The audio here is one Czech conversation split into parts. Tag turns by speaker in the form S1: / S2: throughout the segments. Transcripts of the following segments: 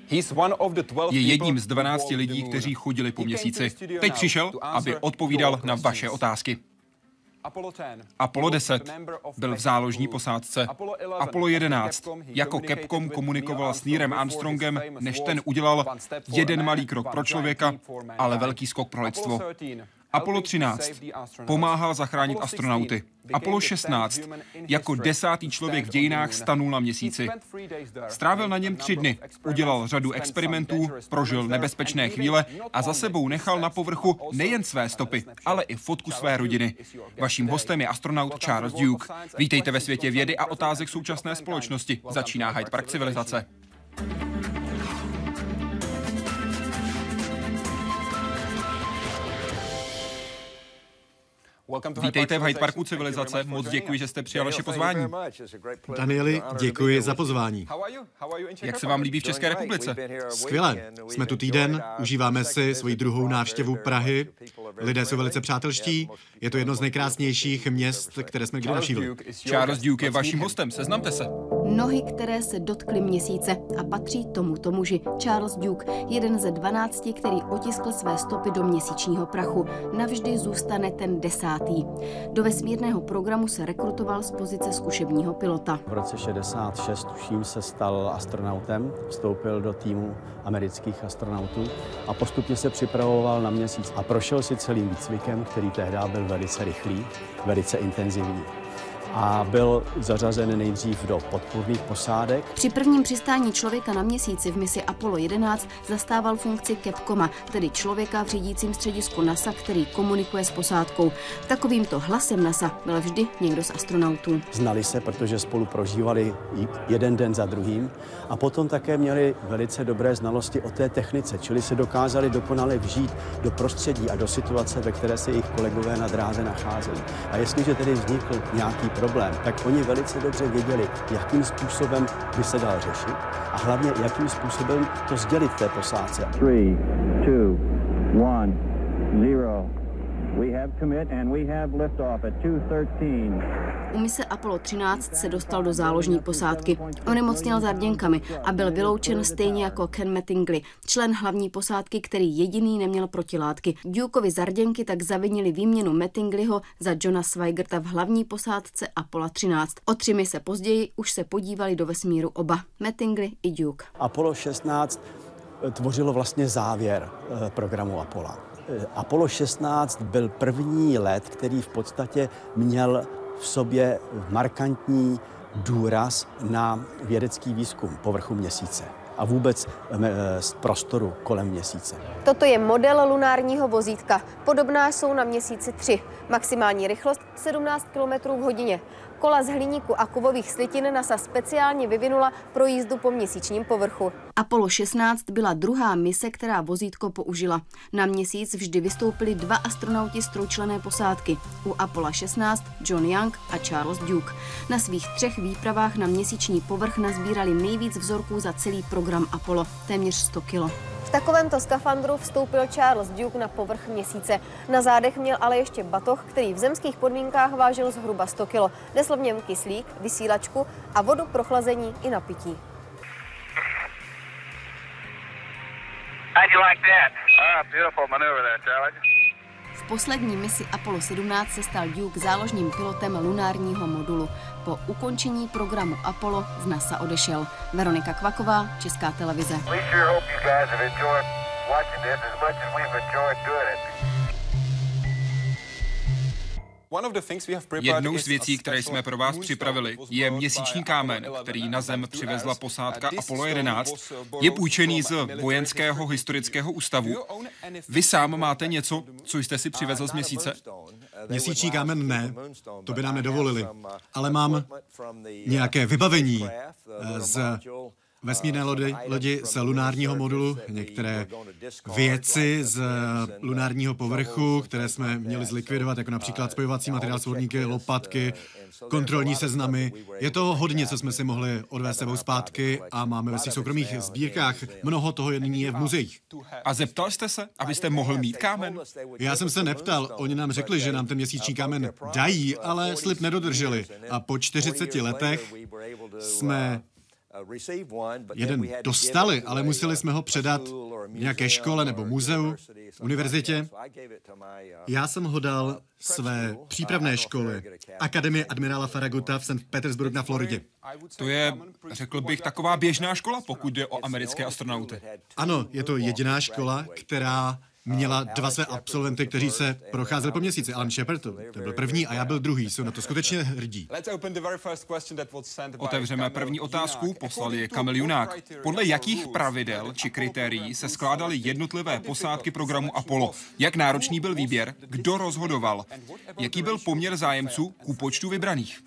S1: Je jedním z 12 lidí, kteří chodili po měsíci. Teď přišel, aby odpovídal na vaše otázky. Apollo 10 byl v záložní posádce. Apollo 11 jako Capcom komunikoval s Neilem Armstrongem, než ten udělal jeden malý krok pro člověka, ale velký skok pro lidstvo. Apollo 13 pomáhal zachránit astronauty. Apollo 16 jako 10. člověk v dějinách stanul na měsíci. Strávil na něm 3 dny, udělal řadu experimentů, prožil nebezpečné chvíle a za sebou nechal na povrchu nejen své stopy, ale i fotku své rodiny. Vaším hostem je astronaut Charles Duke. Vítejte ve světě vědy a otázek současné společnosti. Začíná Hyde Park civilizace. Vítejte v Hyde Parku civilizace. Moc děkuji, že jste přijal naše pozvání.
S2: Danieli, děkuji za pozvání.
S1: Jak se vám líbí v České republice?
S2: Skvěle. Jsme tu týden, užíváme si svoji druhou návštěvu Prahy. Lidé jsou velice přátelští. Je to jedno z nejkrásnějších měst, které jsme kdy navštívili.
S1: Charles Duke je vaším hostem. Seznamte se.
S3: Nohy, které se dotkly měsíce a patří tomuto muži. Charles Duke, jeden ze 12, který otiskl své stopy do měsíčního prachu. Navždy zůstane ten 10. Do vesmírného programu se rekrutoval z pozice zkušebního pilota.
S4: V roce 66 tuším se stal astronautem, vstoupil do týmu amerických astronautů a postupně se připravoval na měsíc a prošel si celým výcvikem, který tehdy byl velice rychlý, velice intenzivní. A byl zařazen nejdřív do podpůrných posádek.
S3: Při prvním přistání člověka na měsíci v misi Apollo 11 zastával funkci Capcoma, tedy člověka v řídícím středisku NASA, který komunikuje s posádkou. Takovýmto hlasem NASA byl vždy někdo z astronautů.
S4: Znali se, protože spolu prožívali jeden den za druhým a potom také měli velice dobré znalosti o té technice, čili se dokázali dokonale vžít do prostředí a do situace, ve které se jejich kolegové na dráze nacházeli. A jestliže tedy vznikl nějaký problém, tak oni velice dobře věděli, jakým způsobem by se dal řešit a hlavně, jakým způsobem to sdělit té posádce. 3, 2, 1, 0. We have commit and we have liftoff at 2:13.
S3: U mise Apollo 13 se dostal do záložní posádky. Onemocněl zarděnkami a byl vyloučen stejně jako Ken Mattingly, člen hlavní posádky, který jediný neměl protilátky. Dukeovi zarděnky tak zavinili výměnu Mattinglyho za Johna Sweigerta v hlavní posádce Apollo 13. O 3 mise později už se podívali do vesmíru oba, Mattingly i Duke.
S4: Apollo 16 tvořilo vlastně závěr programu Apollo. Apollo 16 byl první let, který v podstatě měl v sobě markantní důraz na vědecký výzkum povrchu měsíce a vůbec z prostoru kolem měsíce.
S5: Toto je model lunárního vozítka. Podobná jsou na měsíci 3. Maximální rychlost 17 km v hodině. Kola z hliníku a kovových slitin NASA speciálně vyvinula pro jízdu po měsíčním povrchu.
S3: Apollo 16 byla druhá mise, která vozítko použila. Na měsíc vždy vystoupili 2 astronauti z trojčlenné posádky. U Apollo 16 John Young a Charles Duke. Na svých 3 výpravách na měsíční povrch nazbírali nejvíc vzorků za celý program Apollo, téměř 100 kilo.
S5: V takovémto skafandru vstoupil Charles Duke na povrch měsíce. Na zádech měl ale ještě batoh, který v zemských podmínkách vážil zhruba 100 kg. Nesl v něm kyslík, vysílačku a vodu pro chlazení i na pití.
S3: V poslední misi Apollo 17 se stal Duke záložním pilotem lunárního modulu. Po ukončení programu Apollo z NASA odešel. Veronika Kvaková, Česká televize.
S1: Jednou z věcí, které jsme pro vás připravili, je měsíční kámen, který na Zem přivezla posádka Apollo 11. Je půjčený z Vojenského historického ústavu. Vy sám máte něco, co jste si přivezl z měsíce?
S2: Měsíční kámen ne, to by nám nedovolili, ale mám nějaké vybavení z vesmírné lodi z lunárního modulu, některé věci z lunárního povrchu, které jsme měli zlikvidovat, jako například spojovací materiál, svorníky, lopatky, kontrolní seznamy. Je to hodně, co jsme si mohli odvést sebou zpátky a máme ve svých soukromých sbírkách. Mnoho toho nyní je v muzeích.
S1: A zeptal jste se, abyste mohl mít kámen?
S2: Já jsem se neptal, oni nám řekli, že nám ten měsíční kámen dají, ale slib nedodrželi. A po 40 letech jsme Jeden dostali, ale museli jsme ho předat nějaké škole nebo muzeu, univerzitě. Já jsem ho dal své přípravné škole, Akademie admirála Farraguta v St. Petersburg na Floridě.
S1: To je, řekl bych, taková běžná škola, pokud jde o americké astronauty.
S2: Ano, je to jediná škola, která měla dva své absolventy, kteří se procházeli po měsíci. Alan Shepard, to byl první a já byl druhý. Jsou na to skutečně hrdí.
S1: Otevřeme první otázku, poslal je Kamil Junák. Podle jakých pravidel či kritérií se skládaly jednotlivé posádky programu Apollo? Jak náročný byl výběr? Kdo rozhodoval? Jaký byl poměr zájemců ku počtu vybraných?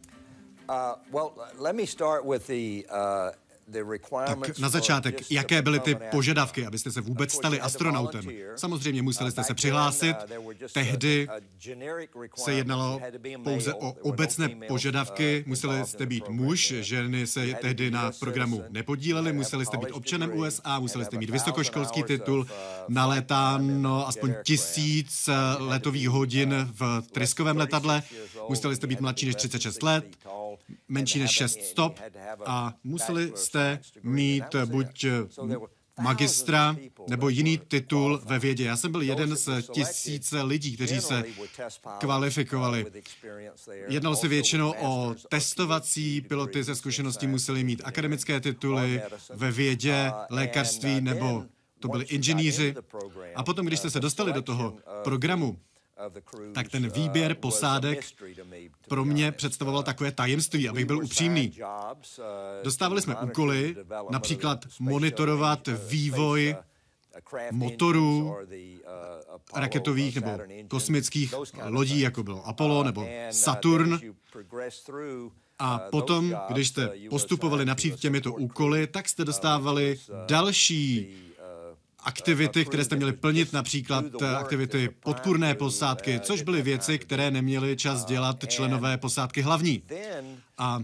S2: Tak na začátek, jaké byly ty požadavky, abyste se vůbec stali astronautem? Samozřejmě museli jste se přihlásit. Tehdy se jednalo pouze o obecné požadavky. Museli jste být muž, ženy se tehdy na programu nepodílely, museli jste být občanem USA, museli jste mít vysokoškolský titul, nalétáno aspoň 1000 letových hodin v tryskovém letadle, museli jste být mladší než 36 let, menší než 6 stop a museli jste mít buď magistra nebo jiný titul ve vědě. Já jsem byl jeden z 1000 lidí, kteří se kvalifikovali. Jednalo se většinou o testovací piloty ze zkušeností, museli mít akademické tituly ve vědě, lékařství nebo to byli inženýři. A potom, když jste se dostali do toho programu, tak ten výběr posádek pro mě představoval takové tajemství, abych byl upřímný. Dostávali jsme úkoly, například monitorovat vývoj motorů raketových nebo kosmických lodí, jako bylo Apollo nebo Saturn. A potom, když jste postupovali napříč těmito úkoly, tak jste dostávali další aktivity, které jste měli plnit, například aktivity podpůrné posádky, což byly věci, které neměli čas dělat členové posádky hlavní. A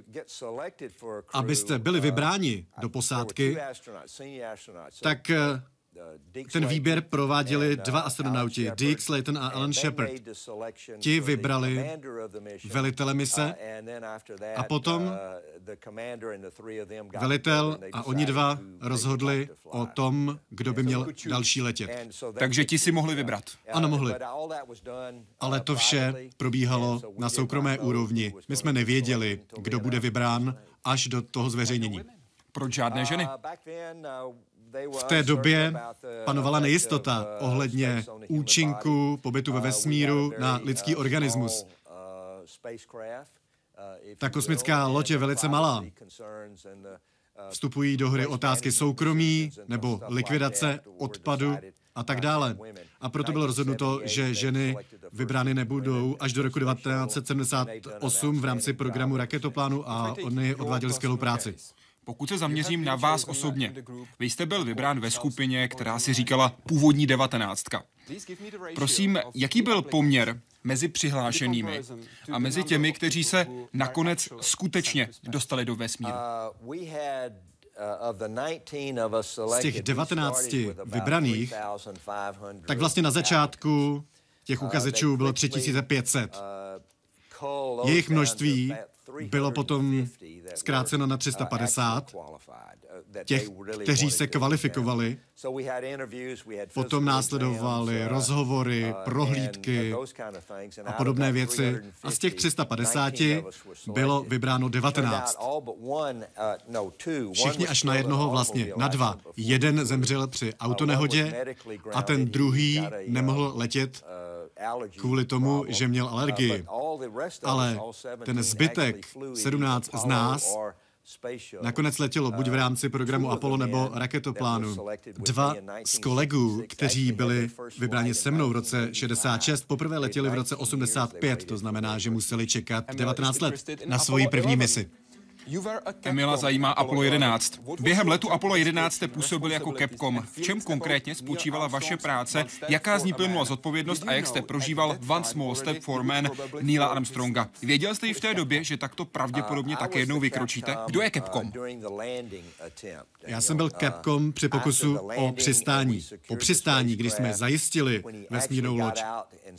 S2: abyste byli vybráni do posádky, tak ten výběr prováděli dva astronauti, Deke Slayton a Alan Shepard. Ti vybrali velitele mise a potom velitel a oni dva rozhodli o tom, kdo by měl další letět.
S1: Takže ti si mohli vybrat.
S2: Ano, mohli. Ale to vše probíhalo na soukromé úrovni. My jsme nevěděli, kdo bude vybrán až do toho zveřejnění.
S1: Proč žádné ženy?
S2: V té době panovala nejistota ohledně účinku pobytu ve vesmíru na lidský organismus. Ta kosmická loď je velice malá. Vstupují do hry otázky soukromí nebo likvidace odpadu a tak dále. A proto bylo rozhodnuto, že ženy vybrány nebudou až do roku 1978 v rámci programu raketoplánu a oni odváděli skvělou práci.
S1: Pokud se zaměřím na vás osobně, vy jste byl vybrán ve skupině, která si říkala původní 19. Prosím, jaký byl poměr mezi přihlášenými a mezi těmi, kteří se nakonec skutečně dostali do vesmíru?
S2: Z těch 19 vybraných, tak vlastně na začátku těch uchazečů bylo 3500. Jejich množství bylo potom zkráceno na 350, těch, kteří se kvalifikovali. Potom následovaly rozhovory, prohlídky a podobné věci. A z těch 350 bylo vybráno 19. Všichni až na jednoho, vlastně na dva. Jeden zemřel při autonehodě a ten druhý nemohl letět kvůli tomu, že měl alergii. Ale ten zbytek, 17 z nás, nakonec letělo buď v rámci programu Apollo nebo raketoplánu. Dva z kolegů, kteří byli vybráni se mnou v roce 66, poprvé letěli v roce 85, to znamená, že museli čekat 19 let na svoji první misi.
S1: Emila zajímá Apollo 11. Během letu Apollo 11 jste působil jako Capcom. V čem konkrétně spočívala vaše práce, jaká z ní plynula zodpovědnost a jak jste prožíval One Small Step for Man Neila Armstronga? Věděl jste i v té době, že takto pravděpodobně také jednou vykročíte? Kdo je Capcom?
S2: Já jsem byl Capcom při pokusu o přistání. Po přistání, když jsme zajistili vesmírnou loď,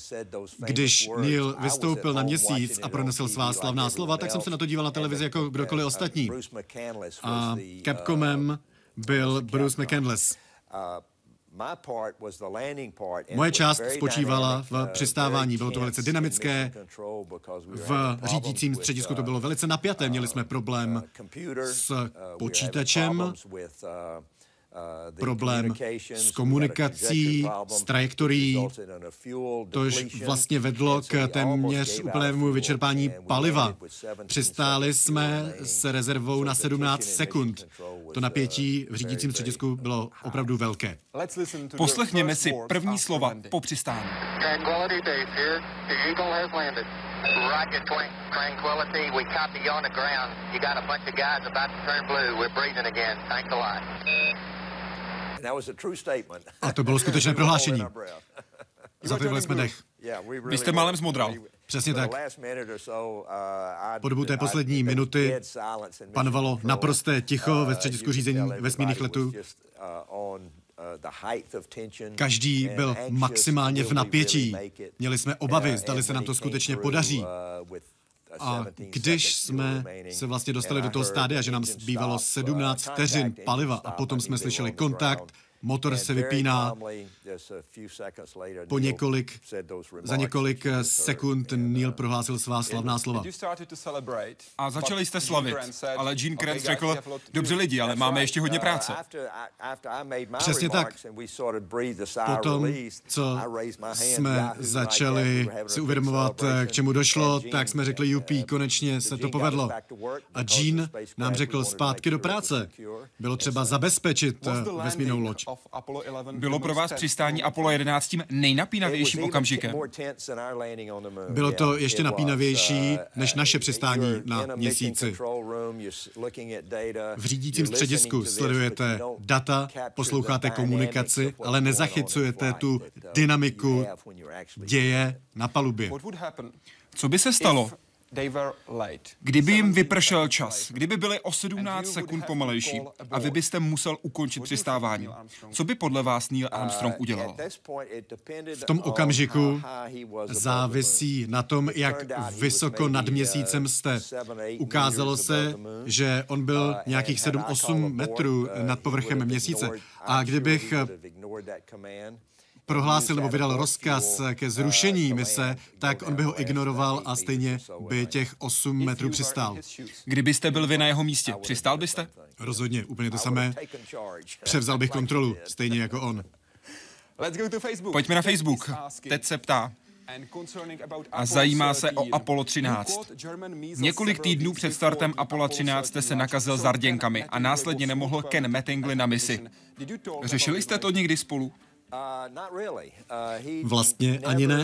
S2: když Neil vystoupil na měsíc a pronesl svá slavná slova, tak jsem se na to díval na televizi jako kdokoliv pracovali ostatní. A Capcomem byl Bruce McCandless. Moje část spočívala v přistávání. Bylo to velice dynamické. V řídícím středisku to bylo velice napjaté. Měli jsme problém s počítačem, problém s komunikací, s trajektorií, tož vlastně vedlo k téměř úplnému vyčerpání paliva. Přistáli jsme s rezervou na 17 sekund. To napětí v řídícím středisku bylo opravdu velké.
S1: Poslechněme si první slova po přistání.
S6: Roger, Tranquility. We copy you on the ground. You got a bunch of guys about to turn blue. We're breathing again. Thanks a lot.
S2: A to bylo skutečné prohlášení. Zatývali jsme dech.
S1: Vy jste málem zmodral.
S2: Přesně tak. Po dobu té poslední minuty panovalo naprosté ticho ve středisku řízení vesmírných letů. Každý byl maximálně v napětí. Měli jsme obavy, zdali se nám to skutečně podaří. A když jsme se vlastně dostali do toho stádia, že nám zbývalo 17 vteřin paliva a potom jsme slyšeli kontakt, motor se vypíná. Za několik sekund Neil prohlásil svá slavná slova.
S1: A začali jste slavit, ale Gene Kranz řekl, dobře lidi, ale máme ještě hodně práce.
S2: Přesně tak. Potom, co jsme začali si uvědomovat, k čemu došlo, tak jsme řekli, jupi, konečně se to povedlo. A Gene nám řekl zpátky do práce. Bylo třeba zabezpečit vesmírnou loď.
S1: Bylo pro vás přistání Apollo 11 tím nejnapínavějším okamžikem?
S2: Bylo to ještě napínavější než naše přistání na Měsíci. V řídícím středisku sledujete data, posloucháte komunikaci, ale nezachycujete tu dynamiku děje na palubě.
S1: Co by se stalo, kdyby jim vypršel čas, kdyby byli o 17 sekund pomalejší a vy byste musel ukončit přistávání? Co by podle vás Neil Armstrong udělal?
S2: V tom okamžiku závisí na tom, jak vysoko nad Měsícem jste. Ukázalo se, že on byl nějakých 7-8 metrů nad povrchem Měsíce. A kdybych prohlásil nebo vydal rozkaz ke zrušení mise, tak on by ho ignoroval a stejně by těch 8 metrů přistál.
S1: Kdybyste byl vy na jeho místě, přistál byste?
S2: Rozhodně, úplně to samé. Převzal bych kontrolu, stejně jako on.
S1: Pojďme na Facebook. Teď se ptá. A zajímá se o Apollo 13. Několik týdnů před startem Apollo 13 jste se nakazil zarděnkami a následně nemohl Ken Mattingly na misi. Řešili jste to někdy spolu?
S2: Vlastně ani ne.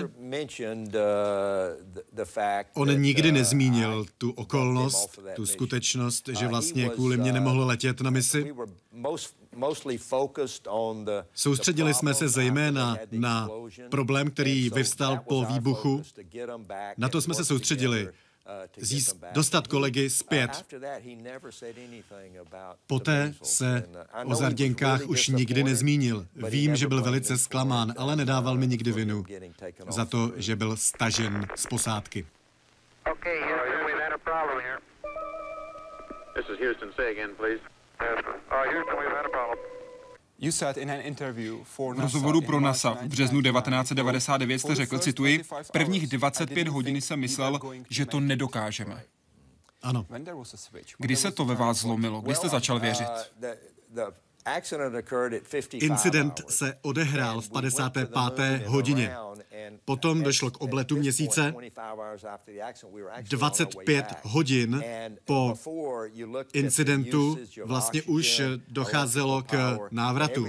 S2: On nikdy nezmínil tu okolnost, tu skutečnost, že vlastně kvůli mě nemohl letět na misi. Soustředili jsme se zejména na problém, který vyvstal po výbuchu. Na to jsme se soustředili. Dostat kolegy zpět. Poté se o zarděnkách už nikdy nezmínil. Vím, že byl velice zklamán, ale nedával mi nikdy vinu za to, že byl stažen z posádky.
S1: V rozhovoru pro NASA v březnu 1999 jste řekl, cituji, prvních 25 hodin jsem myslel, že to nedokážeme.
S2: Ano.
S1: Kdy se to ve vás zlomilo? Kdy jste začal věřit?
S2: Incident se odehrál v 55. hodině. Potom došlo k obletu Měsíce. 25 hodin po incidentu vlastně už docházelo k návratu.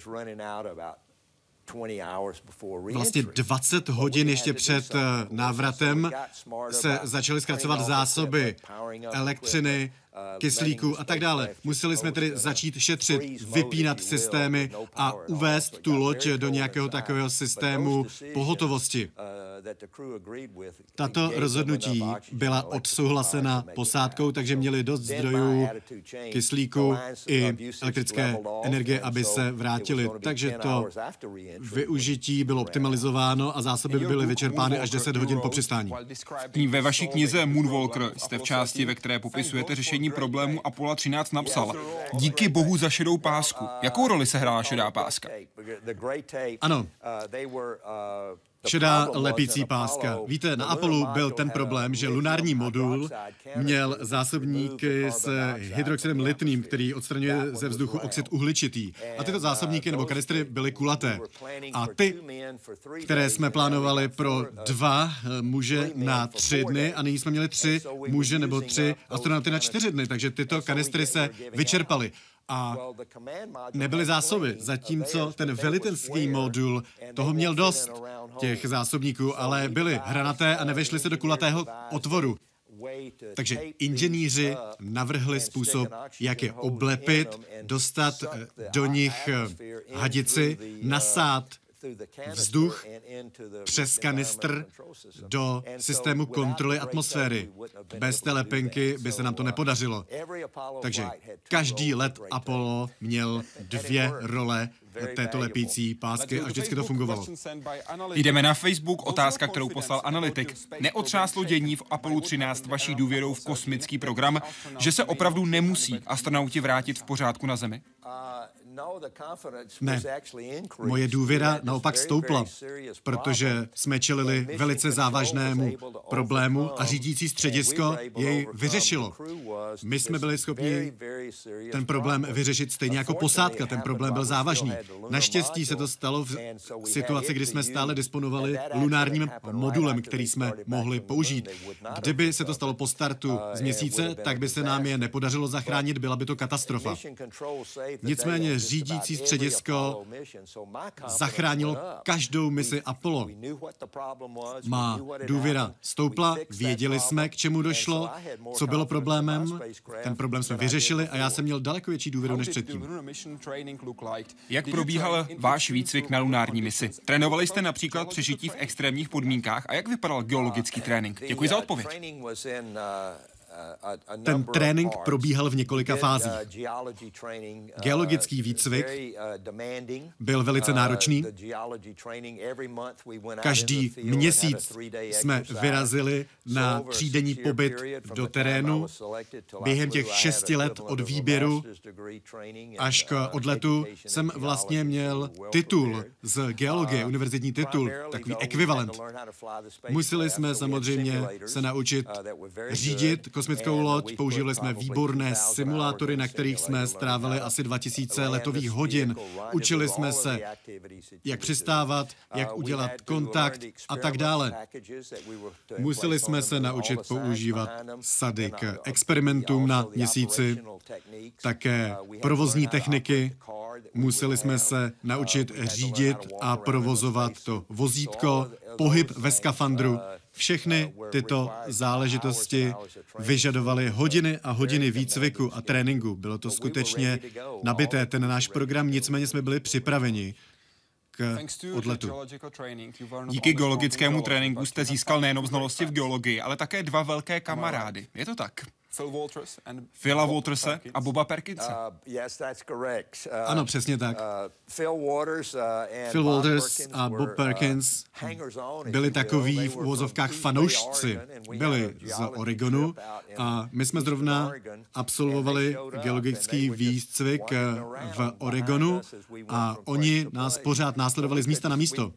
S2: Vlastně 20 hodin ještě před návratem se začaly zkracovat zásoby elektřiny, kyslíku a tak dále. Museli jsme tedy začít šetřit, vypínat systémy a uvést tu loď do nějakého takového systému pohotovosti. Tato rozhodnutí byla odsouhlasena posádkou, takže měli dost zdrojů kyslíku i elektrické energie, aby se vrátili. Takže to využití bylo optimalizováno a zásoby byly vyčerpány až 10 hodin po přistání.
S1: Ve vaší knize Moonwalker jste v části, ve které popisujete řešení problému Apollo 13, napsal: díky bohu za šedou pásku. Jakou roli se hrála šedá páska?
S2: Ano. Šedá lepící páska. Víte, na Apollu byl ten problém, že lunární modul měl zásobníky s hydroxidem litným, který odstraňuje ze vzduchu oxid uhličitý. A tyto zásobníky nebo kanistry byly kulaté. A ty, které jsme plánovali pro 2 muže na 3 dny, a nyní jsme měli 3 muže nebo 3 astronauty na 4 dny, takže tyto kanistry se vyčerpaly. A nebyly zásoby, zatímco ten velitelský modul toho měl dost, těch zásobníků, ale byly hranaté a nevešly se do kulatého otvoru. Takže inženýři navrhli způsob, jak je oblepit, dostat do nich hadici, nasát vzduch přes kanistr do systému kontroly atmosféry. Bez té lepenky by se nám to nepodařilo. Takže každý let Apollo měl 2 role této lepící pásky a vždycky to fungovalo.
S1: Jdeme na Facebook, otázka, kterou poslal analytik. Neotřáslo dění v Apollo 13 vaší důvěrou v kosmický program, že se opravdu nemusí astronauti vrátit v pořádku na Zemi?
S2: Ne, moje důvěra naopak stoupla, protože jsme čelili velice závažnému problému a řídící středisko jej vyřešilo. My jsme byli schopni ten problém vyřešit stejně jako posádka, ten problém byl závažný. Naštěstí se to stalo v situaci, kdy jsme stále disponovali lunárním modulem, který jsme mohli použít. Kdyby se to stalo po startu z Měsíce, tak by se nám je nepodařilo zachránit, byla by to katastrofa. Nicméně řídící středisko zachránilo každou misi Apollo. Má důvěra stoupla, věděli jsme, k čemu došlo, co bylo problémem, ten problém jsme vyřešili a já jsem měl daleko větší důvěru než předtím.
S1: Jak probíhal váš výcvik na lunární misi? Trénovali jste například přežití v extrémních podmínkách a jak vypadal geologický trénink? Děkuji za odpověď.
S2: Ten trénink probíhal v několika fázích. Geologický výcvik byl velice náročný. Každý měsíc jsme vyrazili na 3denní pobyt do terénu. Během těch 6 let od výběru až k odletu jsem vlastně měl titul z geologie, univerzitní titul, takový ekvivalent. Museli jsme samozřejmě se naučit řídit kosmickou loď, používali jsme výborné simulátory, na kterých jsme strávili asi 2000 letových hodin. Učili jsme se, jak přistávat, jak udělat kontakt a tak dále. Museli jsme se naučit používat sady k experimentům na Měsíci, také provozní techniky. Museli jsme se naučit řídit a provozovat to vozítko, pohyb ve skafandru. Všechny tyto záležitosti vyžadovaly hodiny a hodiny výcviku a tréninku. Bylo to skutečně nabité, ten náš program, nicméně jsme byli připraveni k odletu.
S1: Díky geologickému tréninku jste získal nejenom znalosti v geologii, ale také 2 velké kamarády. Je to tak? Phila Walterse a Boba Perkinse.
S2: Ano, přesně tak. Phil Walters a Bob Perkins byli takoví v uvozovkách fanoušci. Byli z Oregonu a my jsme zrovna absolvovali geologický výcvik v Oregonu a oni nás pořád následovali z místa na místo.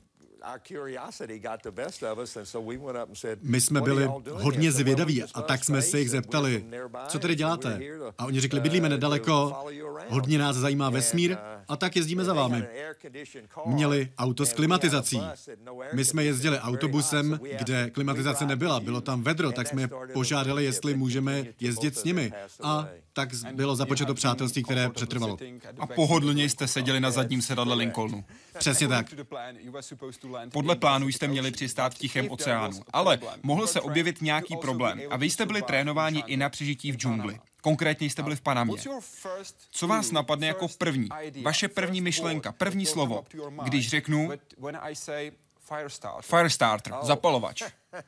S2: My jsme byli hodně zvědaví a tak jsme se jich zeptali, co tady děláte? A oni řekli, bydlíme nedaleko, hodně nás zajímá vesmír a tak jezdíme za vámi. Měli auto s klimatizací. My jsme jezdili autobusem, kde klimatizace nebyla, bylo tam vedro, tak jsme je požádali, jestli můžeme jezdit s nimi. A tak bylo započato přátelství, které přetrvalo.
S1: A pohodlně jste seděli na zadním sedadle Lincolnu.
S2: Přesně tak.
S1: Podle plánu jste měli přistát v Tichém oceánu, ale mohl se objevit nějaký problém a vy jste byli trénováni i na přežití v džungli. Konkrétně jste byli v Panamě. Co vás napadne jako první? Vaše první myšlenka, první slovo, když řeknu Firestarter, zapalovač.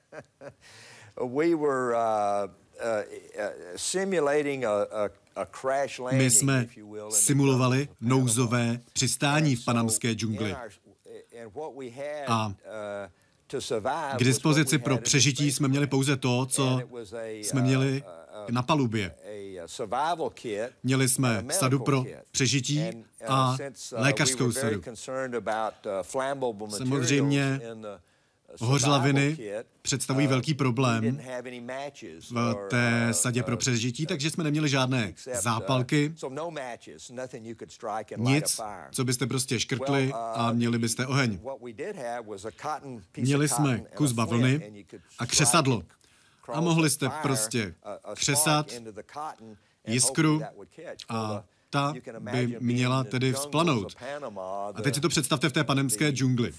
S2: My jsme simulovali nouzové přistání v panamské džungli. A k dispozici pro přežití jsme měli pouze to, co jsme měli na palubě. Měli jsme sadu pro přežití a lékařskou sadu. Samozřejmě hořlaviny představují velký problém v té sadě pro přežití, takže jsme neměli žádné zápalky, nic, co byste prostě škrtli a měli byste oheň. Měli jsme kus bavlny a křesadlo. A mohli jste prostě křesat jiskru a ta by měla tedy vzplanout. A teď si to představte v té panamské džungli.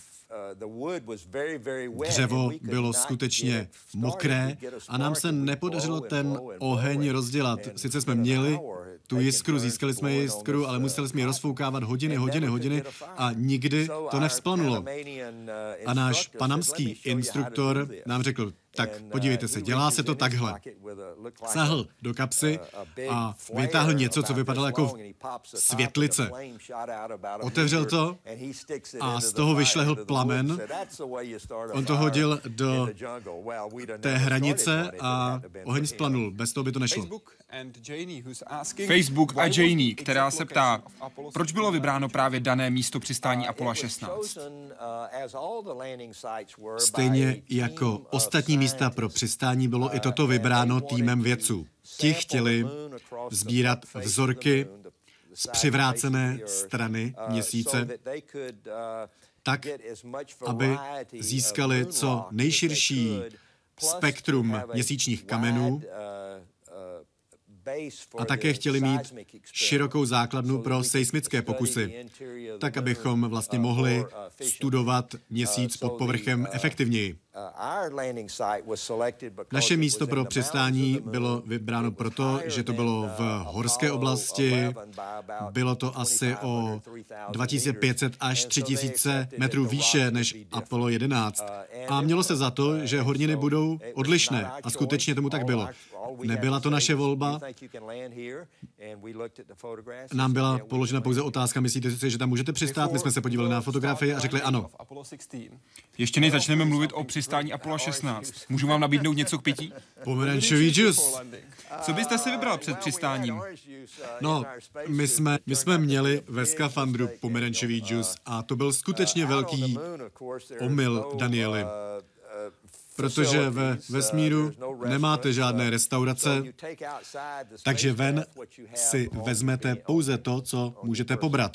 S2: Dřevo bylo skutečně mokré a nám se nepodařilo ten oheň rozdělat. Sice jsme měli tu jiskru, získali jsme jiskru, ale museli jsme ji rozfoukávat hodiny a nikdy to nevzplanulo. A náš panamský instruktor nám řekl, tak podívejte se, dělá se to takhle. Sáhl do kapsy a vytáhl něco, co vypadalo jako světlice. Otevřel to a z toho vyšlehl plamen. On to hodil do té hranice a oheň splanul. Bez toho by to nešlo.
S1: Facebook a Janie, která se ptá, proč bylo vybráno právě dané místo přistání Apollo 16?
S2: Stejně jako ostatní místa pro přistání bylo i toto vybráno týmem vědců. Ti chtěli sbírat vzorky z přivrácené strany Měsíce, tak, aby získali co nejširší spektrum měsíčních kamenů a také chtěli mít širokou základnu pro seismické pokusy, tak abychom vlastně mohli studovat Měsíc pod povrchem efektivněji. Naše místo pro přistání bylo vybráno proto, že to bylo v horské oblasti, bylo to asi o 2500 až 3000 metrů výše než Apollo 11 a mělo se za to, že horniny budou odlišné a skutečně tomu tak bylo. Nebyla to naše volba. Nám byla položena pouze otázka, myslíte si, že tam můžete přistát? My jsme se podívali na fotografii a řekli ano.
S1: Ještě než začneme mluvit o přistání Apollo 16, můžu vám nabídnout něco k pití?
S2: Pomerančový džus.
S1: Co byste si vybral před přistáním?
S2: No, my jsme měli ve skafandru pomerančový džus a to byl skutečně velký omyl, Danieli. Protože ve vesmíru nemáte žádné restaurace, takže ven si vezmete pouze to, co můžete pobrat.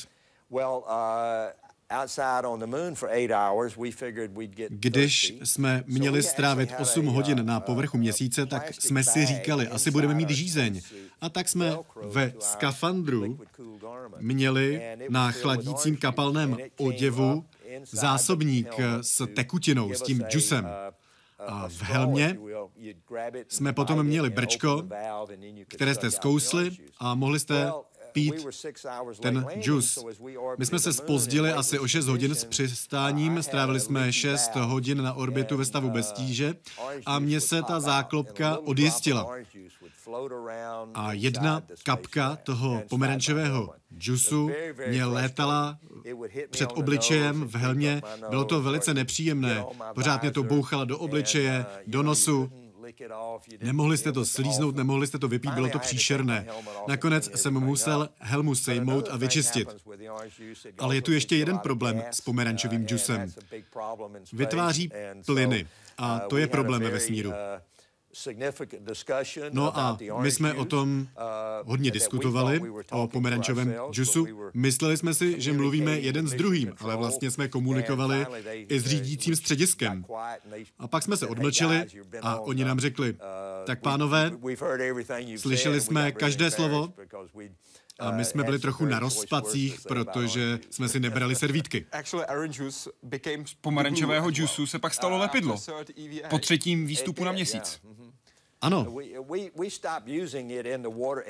S2: Když jsme měli strávit 8 hodin na povrchu Měsíce, tak jsme si říkali, asi budeme mít žízeň. A tak jsme ve skafandru měli na chladícím kapalném oděvu zásobník s tekutinou, s tím džusem. A v helmě jsme potom měli brčko, které jste zkousli a mohli jste pít ten džus. My jsme se zpozdili asi o 6 hodin s přistáním, strávili jsme 6 hodin na orbitu ve stavu bez tíže a mně se ta záklopka odjistila. A jedna kapka toho pomerančového džusu mě létala před obličejem v helmě. Bylo to velice nepříjemné. Pořád mě to bouchalo do obličeje, do nosu. Nemohli jste to slíznout, nemohli jste to vypít, bylo to příšerné. Nakonec jsem musel helmu sejmout a vyčistit. Ale je tu ještě jeden problém s pomerančovým džusem. Vytváří plyny a to je problém ve vesmíru. No a my jsme o tom hodně diskutovali, o pomerančovém džusu. Mysleli jsme si, že mluvíme jeden s druhým, ale vlastně jsme komunikovali i s řídícím střediskem. A pak jsme se odmlčeli a oni nám řekli, tak pánové, slyšeli jsme každé slovo a my jsme byli trochu na rozpacích, protože jsme si nebrali servítky.
S1: Z pomerančového džusu se pak stalo lepidlo po 3. výstupu na Měsíc.
S2: Ano.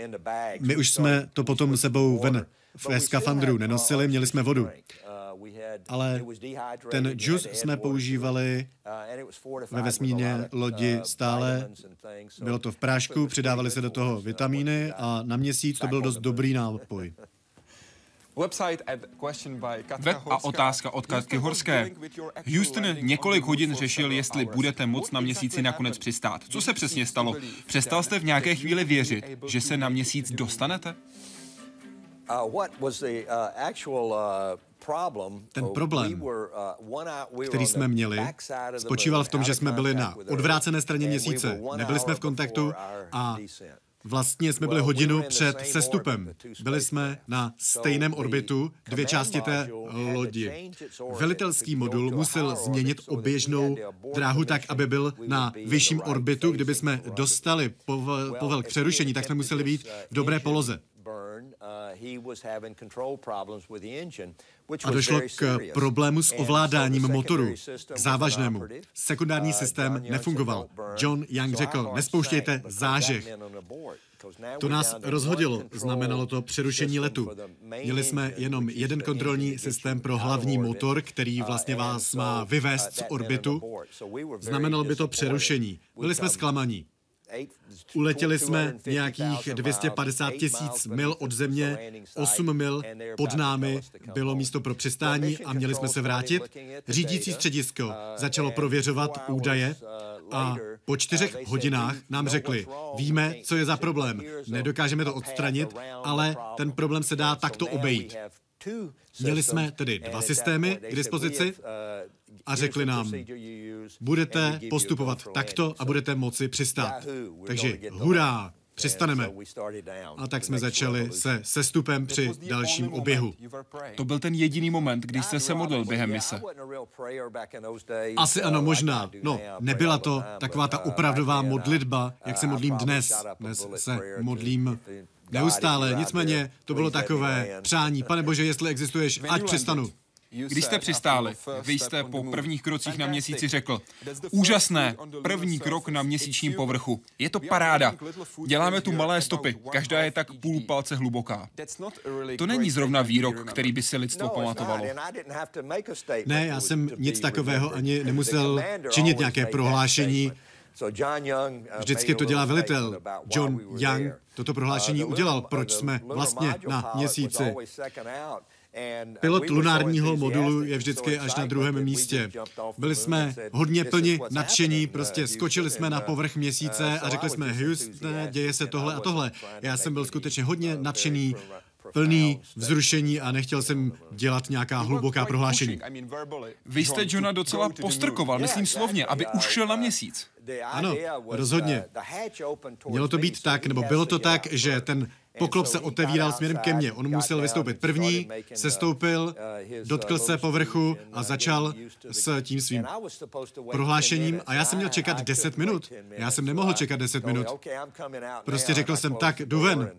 S2: My už jsme to potom sebou ven ve skafandru nenosili, měli jsme vodu. ale ten džus jsme používali ve vesmírné lodi stále. Bylo to v prášku, přidávaly se do toho vitamíny a na měsíc to byl dost dobrý nápoj.
S1: Web a otázka od Katky Horské. Houston několik hodin řešil, jestli budete moct na měsíci nakonec přistát. Co se přesně stalo? Přestal jste v nějaké chvíli věřit, že se na měsíc dostanete?
S2: Ten problém, který jsme měli, spočíval v tom, že jsme byli na odvrácené straně měsíce. Nebyli jsme v kontaktu a vlastně jsme byli hodinu před sestupem. Byli jsme na stejném orbitu, dvě části té lodi. Velitelský modul musel změnit oběžnou dráhu tak, aby byl na vyšším orbitu. Kdyby jsme dostali povel k přerušení, tak jsme museli být v dobré poloze. A došlo k problému s ovládáním motoru, k závažnému. Sekundární systém nefungoval. John Young řekl, nespouštějte zážeh. To nás rozhodilo, znamenalo to přerušení letu. Měli jsme jenom jeden kontrolní systém pro hlavní motor, který vlastně vás má vyvést z orbitu. Znamenalo by to přerušení. Byli jsme zklamaní. Uletěli jsme nějakých 250 000 mil od země, 8 mil pod námi bylo místo pro přistání a měli jsme se vrátit. Řídící středisko začalo prověřovat údaje a po 4 hodinách nám řekli, víme, co je za problém, nedokážeme to odstranit, ale ten problém se dá takto obejít. Měli jsme tedy 2 systémy k dispozici a řekli nám, budete postupovat takto a budete moci přistát. Takže hurá, přistaneme. A tak jsme začali se sestupem při dalším oběhu.
S1: To byl ten jediný moment, když jste se modlil během mise.
S2: Asi ano, možná. No, nebyla to taková ta opravdová modlitba, jak se modlím dnes. Dnes se modlím neustále, nicméně to bylo takové přání. Pane Bože, jestli existuješ, ať přistanu.
S1: Když jste přistáli, vy jste po prvních krocích na měsíci řekl, úžasné, první krok na měsíčním povrchu. Je to paráda. Děláme tu malé stopy, každá je tak půl palce hluboká. To není zrovna výrok, který by si lidstvo pamatovalo.
S2: Ne, já jsem nic takového ani nemusel činit nějaké prohlášení. Vždycky to dělá velitel. John Young toto prohlášení udělal, proč jsme vlastně na měsíci. Pilot lunárního modulu je vždycky až na druhém místě. Byli jsme hodně plni nadšení, prostě skočili jsme na povrch měsíce a řekli jsme, Houstone, děje se tohle a tohle. Já jsem byl skutečně hodně nadšený, plný vzrušení a nechtěl jsem dělat nějaká hluboká prohlášení.
S1: Vy jste Johna docela postrkoval, myslím slovně, aby už šel na měsíc.
S2: Ano, rozhodně. Mělo to být tak, nebo bylo to tak, že ten poklop se otevíral směrem ke mně. On musel vystoupit první, sestoupil, dotkl se povrchu a začal s tím svým prohlášením. A já jsem měl čekat 10 minut. Já jsem nemohl čekat 10 minut. Prostě řekl jsem, tak jdu ven.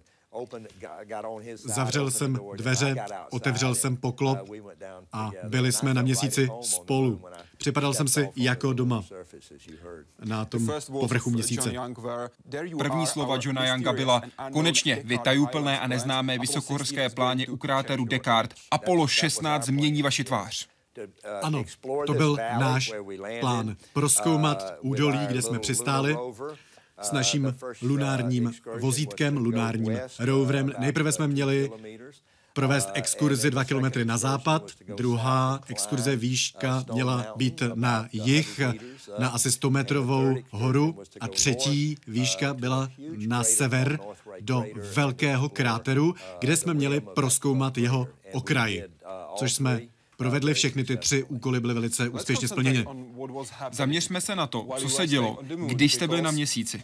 S2: Zavřel jsem dveře, otevřel jsem poklop a byli jsme na měsíci spolu. Připadal jsem si jako doma na tom povrchu měsíce.
S1: První slova Johna Younga byla, konečně vy tajuplné a neznámé vysokohorské pláně u kráteru Descartes, Apollo 16 změní vaši tvář.
S2: Ano, to byl náš plán. Prozkoumat údolí, kde jsme přistáli, s naším lunárním vozítkem, lunárním roverem. Nejprve jsme měli provést exkurzi 2 kilometry na západ, druhá exkurze výška měla být na jih, na asi 100-metrovou horu a třetí výška byla na sever do velkého kráteru, kde jsme měli prozkoumat jeho okraj, což jsme provedli. Všechny ty 3 úkoly byly velice úspěšně splněny.
S1: Zaměřme se na to, co se dělo, když jste byli na měsíci.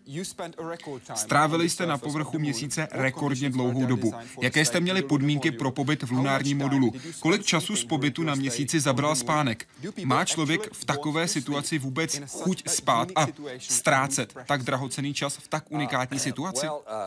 S1: Strávili jste na povrchu měsíce rekordně dlouhou dobu. Jaké jste měli podmínky pro pobyt v lunárním modulu? Kolik času z pobytu na měsíci zabral spánek? Má člověk v takové situaci vůbec chuť spát a ztrácet tak drahocenný čas v tak unikátní situaci?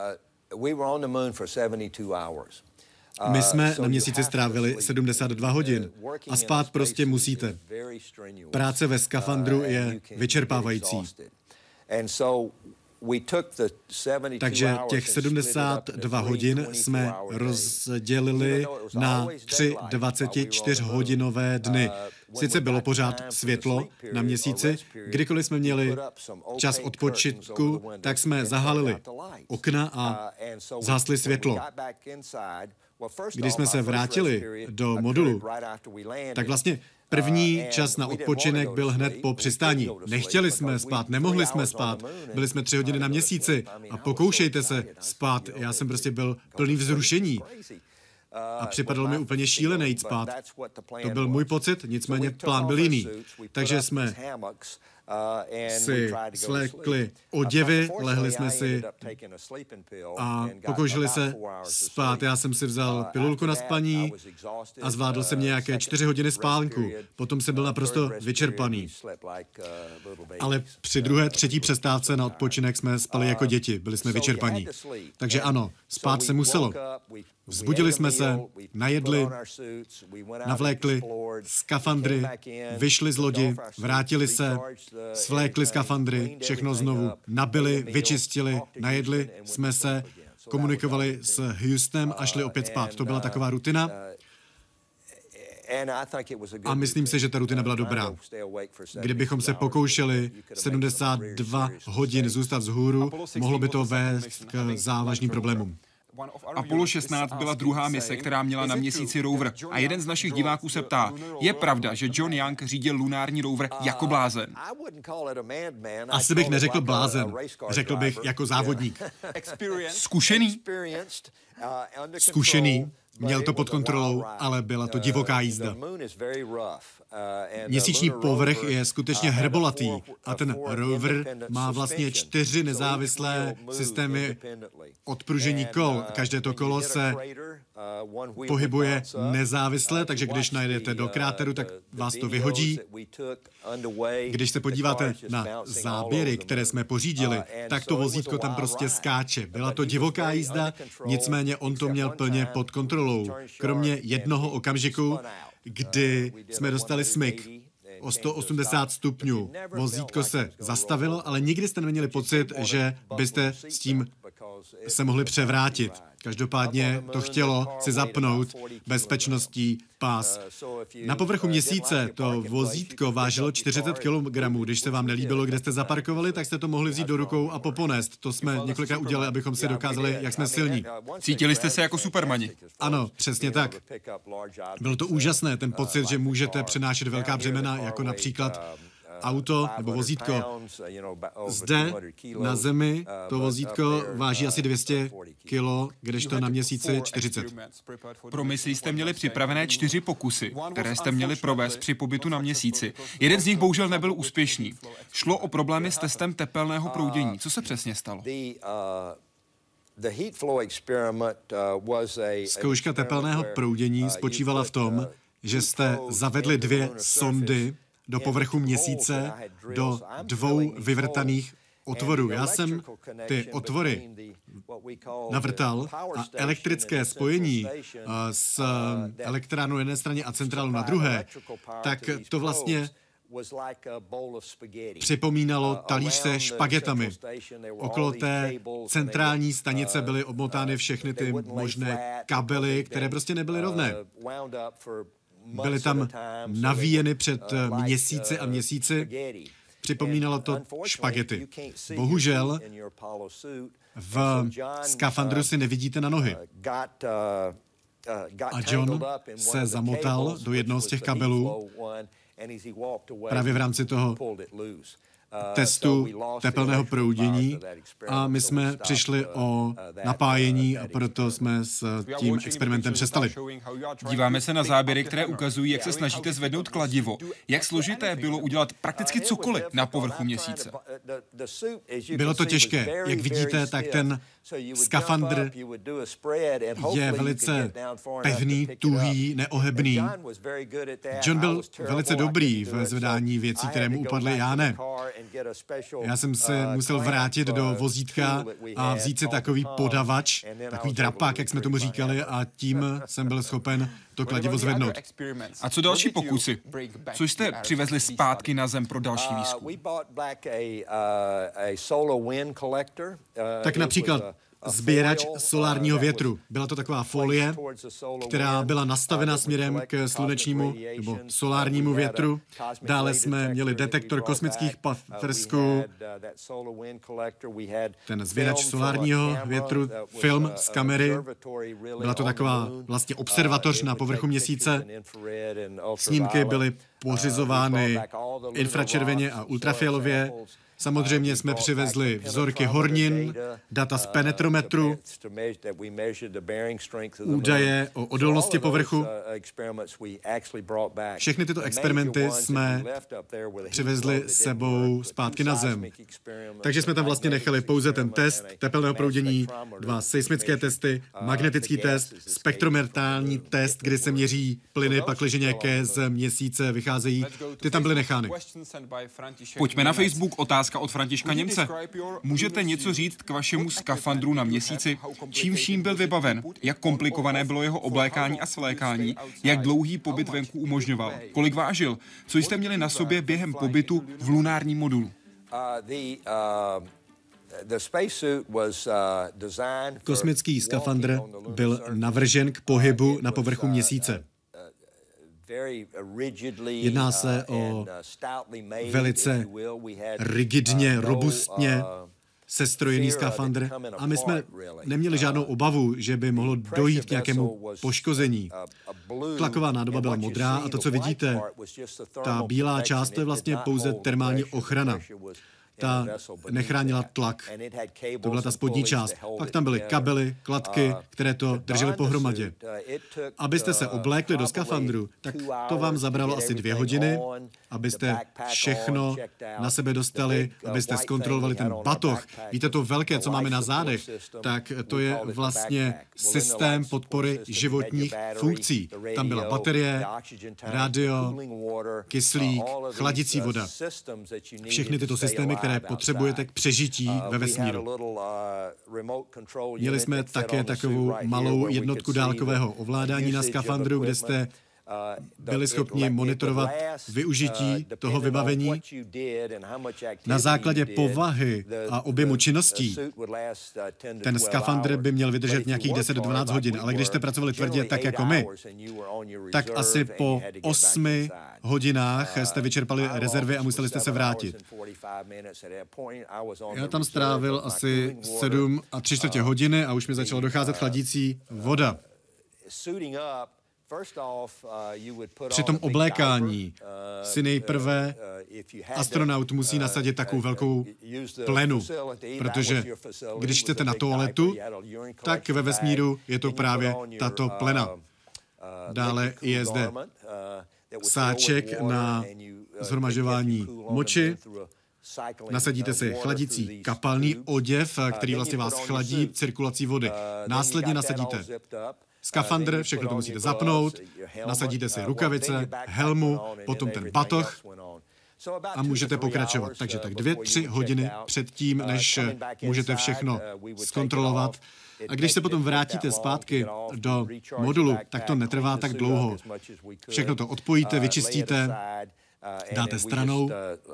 S2: My jsme na měsíci strávili 72 hodin a spát prostě musíte. Práce ve skafandru je vyčerpávající. Takže těch 72 hodin jsme rozdělili na 3 24-hodinové dny. Sice bylo pořád světlo na měsíci, kdykoliv jsme měli čas odpočinku, tak jsme zahalili okna a zhasli světlo. Když jsme se vrátili do modulu, tak vlastně první čas na odpočinek byl hned po přistání. Nechtěli jsme spát, nemohli jsme spát, byli jsme 3 hodiny na měsíci a pokoušejte se spát. Já jsem prostě byl plný vzrušení a připadalo mi úplně šílené jít spát. To byl můj pocit, nicméně plán byl jiný. Takže jsme si svlékli oděvy, lehli jsme si a pokoušeli se spát. Já jsem si vzal pilulku na spaní a zvládl jsem nějaké 4 hodiny spánku. Potom jsem byl naprosto vyčerpaný. Ale při druhé, třetí přestávce na odpočinek jsme spali jako děti. Byli jsme vyčerpaní. Takže ano, spát se muselo. Vzbudili jsme se, najedli, navlékli skafandry, vyšli z lodi, vrátili se, svlékli skafandry, všechno znovu nabili, vyčistili, najedli jsme se, komunikovali s Houstonem a šli opět spát. To byla taková rutina. A myslím si, že ta rutina byla dobrá. Kdybychom se pokoušeli 72 hodin zůstat vzhůru, mohlo by to vést k závažným problémům.
S1: Apollo 16 byla druhá mise, která měla na měsíci rover. A jeden z našich diváků se ptá, je pravda, že John Young řídil lunární rover jako blázen?
S2: Asi bych neřekl blázen, řekl bych jako závodník.
S1: Zkušený?
S2: Zkušený, měl to pod kontrolou, ale byla to divoká jízda. Měsíční povrch je skutečně hrbolatý a ten rover má vlastně 4 nezávislé systémy odpružení kol. Každé to kolo se pohybuje nezávisle, takže když najedete do kráteru, tak vás to vyhodí. Když se podíváte na záběry, které jsme pořídili, tak to vozítko tam prostě skáče. Byla to divoká jízda, nicméně on to měl plně pod kontrolou. Kromě jednoho okamžiku, kdy jsme dostali smyk o 180 stupňů. Vozítko se zastavilo, ale nikdy jste neměli pocit, že byste s tím se mohli převrátit. Každopádně to chtělo si zapnout bezpečnostní pás. Na povrchu měsíce to vozítko vážilo 40 kg. Když se vám nelíbilo, kde jste zaparkovali, tak jste to mohli vzít do rukou a poponést. To jsme několikrát udělali, abychom si dokázali, jak jsme silní.
S1: Cítili jste se jako supermani?
S2: Ano, přesně tak. Bylo to úžasné, ten pocit, že můžete přenášet velká břemena, jako například auto nebo vozítko. Zde na zemi to vozítko váží asi 200 kilo, kdežto na měsíci 40.
S1: Pro misi jste měli připravené 4 pokusy, které jste měli provést při pobytu na měsíci. Jeden z nich bohužel nebyl úspěšný. Šlo o problémy s testem tepelného proudění. Co se přesně stalo?
S2: Zkouška tepelného proudění spočívala v tom, že jste zavedli 2 sondy do povrchu měsíce do 2 vyvrtaných otvorů. Já jsem ty otvory navrtal a elektrické spojení s elektrárnou na jedné straně a centrálu na druhé, tak to vlastně připomínalo talíř se špagetami. Okolo té centrální stanice byly obmotány všechny ty možné kabely, které prostě nebyly rovné. Byly tam navíjeny před měsíci a měsíci. Připomínalo to špagety. Bohužel v skafandru si nevidíte na nohy. A John se zamotal do jednoho z těch kabelů právě v rámci toho testu tepelného proudění a my jsme přišli o napájení a proto jsme s tím experimentem přestali.
S1: Díváme se na záběry, které ukazují, jak se snažíte zvednout kladivo. Jak složité bylo udělat prakticky cokoliv na povrchu měsíce?
S2: Bylo to těžké. Jak vidíte, tak ten Skafandr je velice pevný, tuhý, neohebný. John byl velice dobrý v zvedání věcí, které mu upadly, já ne. Já jsem se musel vrátit do vozítka a vzít si takový podavač, takový drapák, jak jsme tomu říkali, a tím jsem byl schopen to kladivo zvednout.
S1: A co další pokusy? Co jste přivezli zpátky na Zem pro další výzkum?
S2: Tak například sběrač solárního větru. Byla to taková folie, která byla nastavena směrem k slunečnímu nebo solárnímu větru. Dále jsme měli detektor kosmických patrsků, ten sběrač solárního větru, film z kamery. Byla to taková vlastně observatoř na povrchu Měsíce. Snímky byly pořizovány infračerveně a ultrafialově. Samozřejmě jsme přivezli vzorky hornin, data z penetrometru, údaje o odolnosti povrchu. Všechny tyto experimenty jsme přivezli s sebou zpátky na Zem. Takže jsme tam vlastně nechali pouze ten test tepelného proudění, 2 seismické testy, magnetický test, spektrometrální test, kdy se měří plyny, pakliže nějaké z Měsíce vycházejí. Ty tam byly nechány.
S1: Pojďme na Facebook, otázka od Františka Němce. Můžete něco říct k vašemu skafandru na Měsíci? Čím vším byl vybaven? Jak komplikované bylo jeho oblékání a svlékání? Jak dlouhý pobyt venku umožňoval? Kolik vážil? Co jste měli na sobě během pobytu v lunárním modulu?
S2: Kosmický skafandr byl navržen k pohybu na povrchu Měsíce. Jedná se o velice rigidně, robustně sestrojený skafandr a my jsme neměli žádnou obavu, že by mohlo dojít k nějakému poškození. Tlaková nádoba byla modrá a to, co vidíte, ta bílá část, to je vlastně pouze termální ochrana. Ta nechránila tlak. To byla ta spodní část. Pak tam byly kabely, kladky, které to držely pohromadě. Abyste se oblékli do skafandru, tak to vám zabralo asi 2 hodiny, abyste všechno na sebe dostali, abyste zkontrolovali ten batoh. Víte, to velké, co máme na zádech, tak to je vlastně systém podpory životních funkcí. Tam byla baterie, rádio, kyslík, chladicí voda. Všechny tyto systémy, které potřebujete k přežití ve vesmíru. Měli jsme také takovou malou jednotku dálkového ovládání na skafandru, kde jste byli schopni monitorovat využití toho vybavení. Na základě povahy a objemu činností ten skafandr by měl vydržet nějakých 10-12 hodin, ale když jste pracovali tvrdě tak jako my, tak asi po 8 hodinách jste vyčerpali rezervy a museli jste se vrátit. Já tam strávil asi 7 3/4 hodiny a už mi začalo docházet chladící voda. Při tom oblékání si nejprve astronaut musí nasadit takovou velkou plenu, protože když chcete na toaletu, tak ve vesmíru je to právě tato plena. Dále je zde sáček na shromažďování moči, nasadíte si chladící kapalný oděv, který vlastně vás chladí cirkulací vody. Následně nasadíte skafandr, všechno to musíte zapnout, nasadíte si rukavice, helmu, potom ten batoh a můžete pokračovat. Takže tak 2-3 hodiny před tím, než můžete všechno zkontrolovat. A když se potom vrátíte zpátky do modulu, tak to netrvá tak dlouho. Všechno to odpojíte, vyčistíte, dáte stranou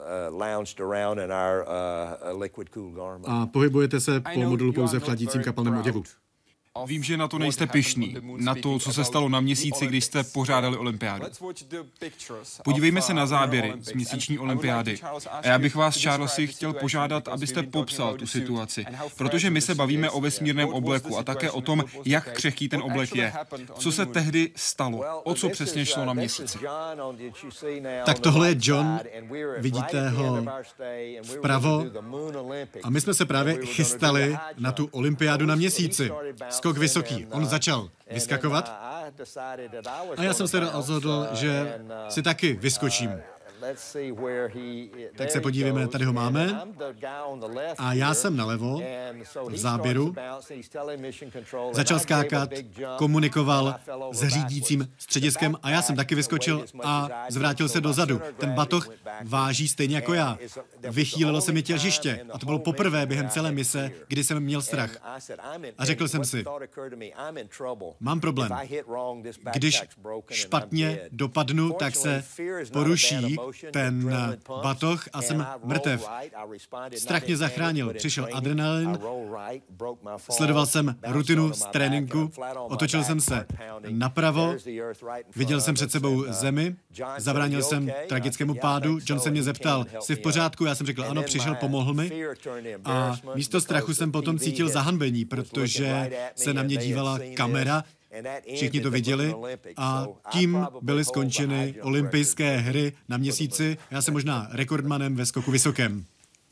S2: a pohybujete se po modulu pouze v chladícím kapalném oděvu.
S1: Vím, že na to nejste pyšní, na to, co se stalo na Měsíci, když jste pořádali olympiádu. Podívejme se na záběry z měsíční olympiády. A já bych vás, Charlesi, chtěl požádat, abyste popsal tu situaci. Protože my se bavíme o vesmírném obleku a také o tom, jak křehký ten oblek je. Co se tehdy stalo? O co přesně šlo na Měsíci?
S2: Tak tohle je John, vidíte ho vpravo. A my jsme se právě chystali na tu olympiádu na Měsíci. Skok vysoký. On začal vyskakovat a já jsem se rozhodl, že si taky vyskočím. Tak se podívejme, tady ho máme. A já jsem nalevo, v záběru. Začal skákat, komunikoval s řídícím střediskem a já jsem taky vyskočil a zvrátil se dozadu. Ten batoh váží stejně jako já. Vychýlilo se mi těžiště a to bylo poprvé během celé mise, kdy jsem měl strach. A řekl jsem si, mám problém. Když špatně dopadnu, tak se poruší ten batoh a jsem mrtev. Strach mě zachránil. Přišel adrenalin, sledoval jsem rutinu z tréninku, otočil jsem se napravo, viděl jsem před sebou zemi, zabránil jsem tragickému pádu. John se mě zeptal, jsi v pořádku? Já jsem řekl, ano, přišel, pomohl mi. A místo strachu jsem potom cítil zahanbení, protože se na mě dívala kamera, všichni to viděli a tím byly skončeny olympijské hry na Měsíci. Já jsem možná rekordmanem ve skoku vysokém.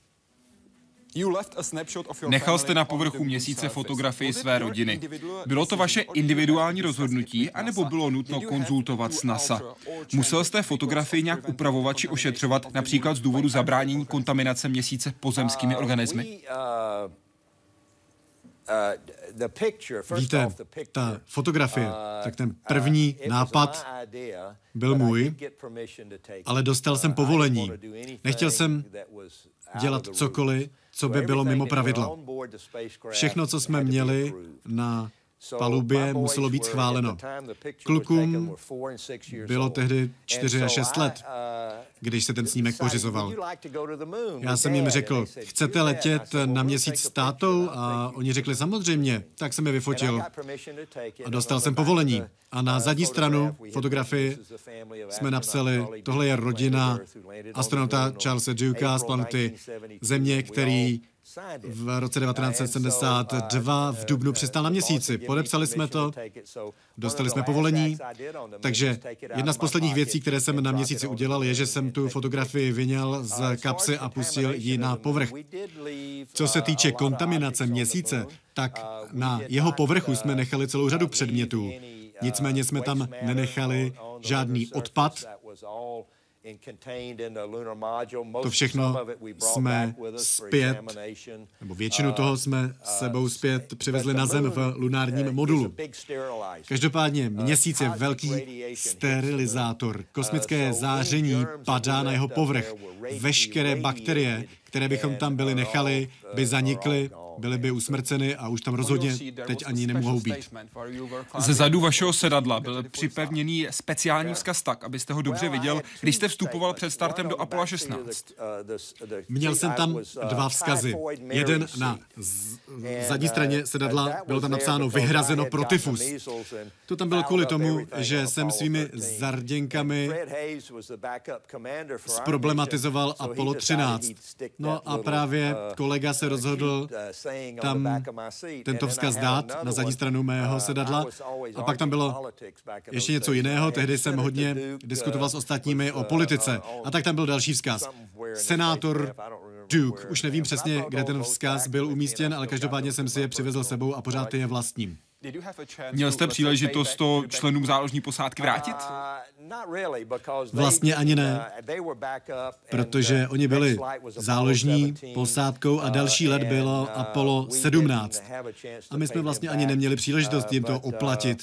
S1: Nechal jste na povrchu Měsíce fotografii své rodiny. Bylo to vaše individuální rozhodnutí, anebo bylo nutno konzultovat s NASA? Musel jste fotografii nějak upravovat či ošetřovat, například z důvodu zabránění kontaminace Měsíce pozemskými organismy?
S2: Víte, ta fotografie, tak ten první nápad byl můj, ale dostal jsem povolení. Nechtěl jsem dělat cokoliv, co by bylo mimo pravidla. Všechno, co jsme měli na palubě, muselo být schváleno. Klukům bylo tehdy 4 a 6 let, když se ten snímek pořizoval. Já jsem jim řekl, chcete letět na Měsíc s tátou? A oni řekli, samozřejmě. Tak jsem je vyfotil a dostal jsem povolení. A na zadní stranu fotografii jsme napsali, tohle je rodina astronauta Charlesa Dukea z planety Země, který v roce 1972 v dubnu přistál na Měsíci. Podepsali jsme to, dostali jsme povolení, takže jedna z posledních věcí, které jsem na Měsíci udělal, je, že jsem tu fotografii vyňal z kapsy a pustil ji na povrch. Co se týče kontaminace Měsíce, tak na jeho povrchu jsme nechali celou řadu předmětů. Nicméně jsme tam nenechali žádný odpad. To všechno jsme zpět, nebo většinu toho jsme sebou zpět přivezli na Zem v lunárním modulu. Každopádně Měsíc je velký sterilizátor. Kosmické záření padá na jeho povrch. Veškeré bakterie, které bychom tam byli nechali, by zanikly, byly by usmrceny a už tam rozhodně teď ani nemohou být.
S1: Ze zadu vašeho sedadla byl připevněný speciální vzkaz tak, abyste ho dobře viděl, když jste vstupoval před startem do Apollo 16.
S2: Měl jsem tam 2 vzkazy. Jeden na zadní straně sedadla, bylo tam napsáno vyhrazeno pro tyfus. To tam bylo kvůli tomu, že jsem svými zarděnkami zproblematizoval Apollo 13. No a právě kolega se rozhodl tam tento vzkaz dát na zadní stranu mého sedadla. A pak tam bylo ještě něco jiného. Tehdy jsem hodně diskutoval s ostatními o politice. A tak tam byl další vzkaz. Senátor Duke. Už nevím přesně, kde ten vzkaz byl umístěn, ale každopádně jsem si je přivezl sebou a pořád je vlastním.
S1: Měl jste příležitost to členům záložní posádky vrátit?
S2: Vlastně ani ne, protože oni byli záložní posádkou a další let bylo Apollo 17. A my jsme vlastně ani neměli příležitost jim to oplatit.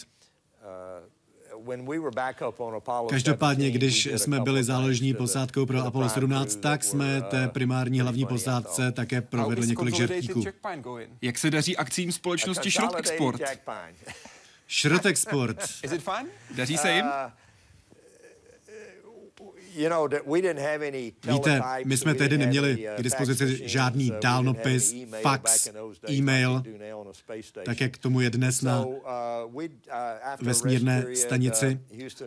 S2: Každopádně, když jsme byli záložní posádkou pro Apollo 17, tak jsme té primární hlavní posádce také provedli několik žertíků.
S1: Jak se daří akcím společnosti Schrott-Export?
S2: Schrott-Export.
S1: Daří se jim?
S2: Víte, my jsme tehdy neměli k dispozici žádný dálnopis, fax, e-mail, tak jak tomu je dnes na vesmírné stanici.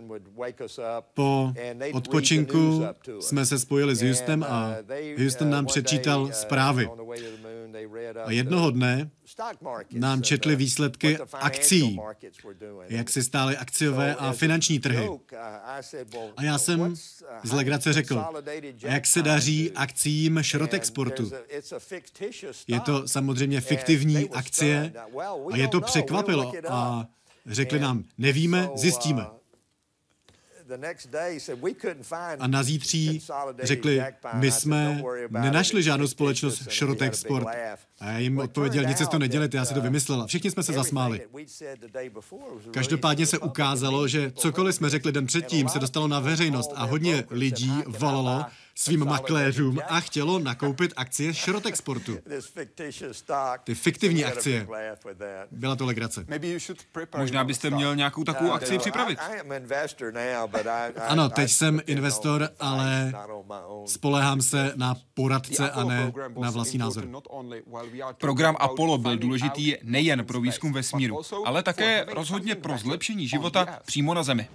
S2: Po odpočinku jsme se spojili s Houstonem a Houston nám předčítal zprávy. A jednoho dne nám četli výsledky akcií, jak si stály akciové a finanční trhy. A já jsem z legrace řekl, jak se daří akciím Schrott-Exportu. Je to samozřejmě fiktivní akcie a je to překvapilo a řekli nám, nevíme, zjistíme. A na zítří řekli, my jsme nenašli žádnou společnost Schrott Export. A já jim odpověděl, nic si to nedělejte, já si to vymyslela. Všichni jsme se zasmáli. Každopádně se ukázalo, že cokoliv jsme řekli den předtím, se dostalo na veřejnost a hodně lidí volalo svým makléřům a chtělo nakoupit akcie Schrott Exportu. Ty fiktivní akcie. Byla to legrace.
S1: Možná byste měl nějakou takovou akci připravit.
S2: Ano, teď jsem investor, ale spoléhám se na poradce a ne na vlastní názor.
S1: Program Apollo byl důležitý nejen pro výzkum vesmíru, ale také rozhodně pro zlepšení života přímo na Zemi.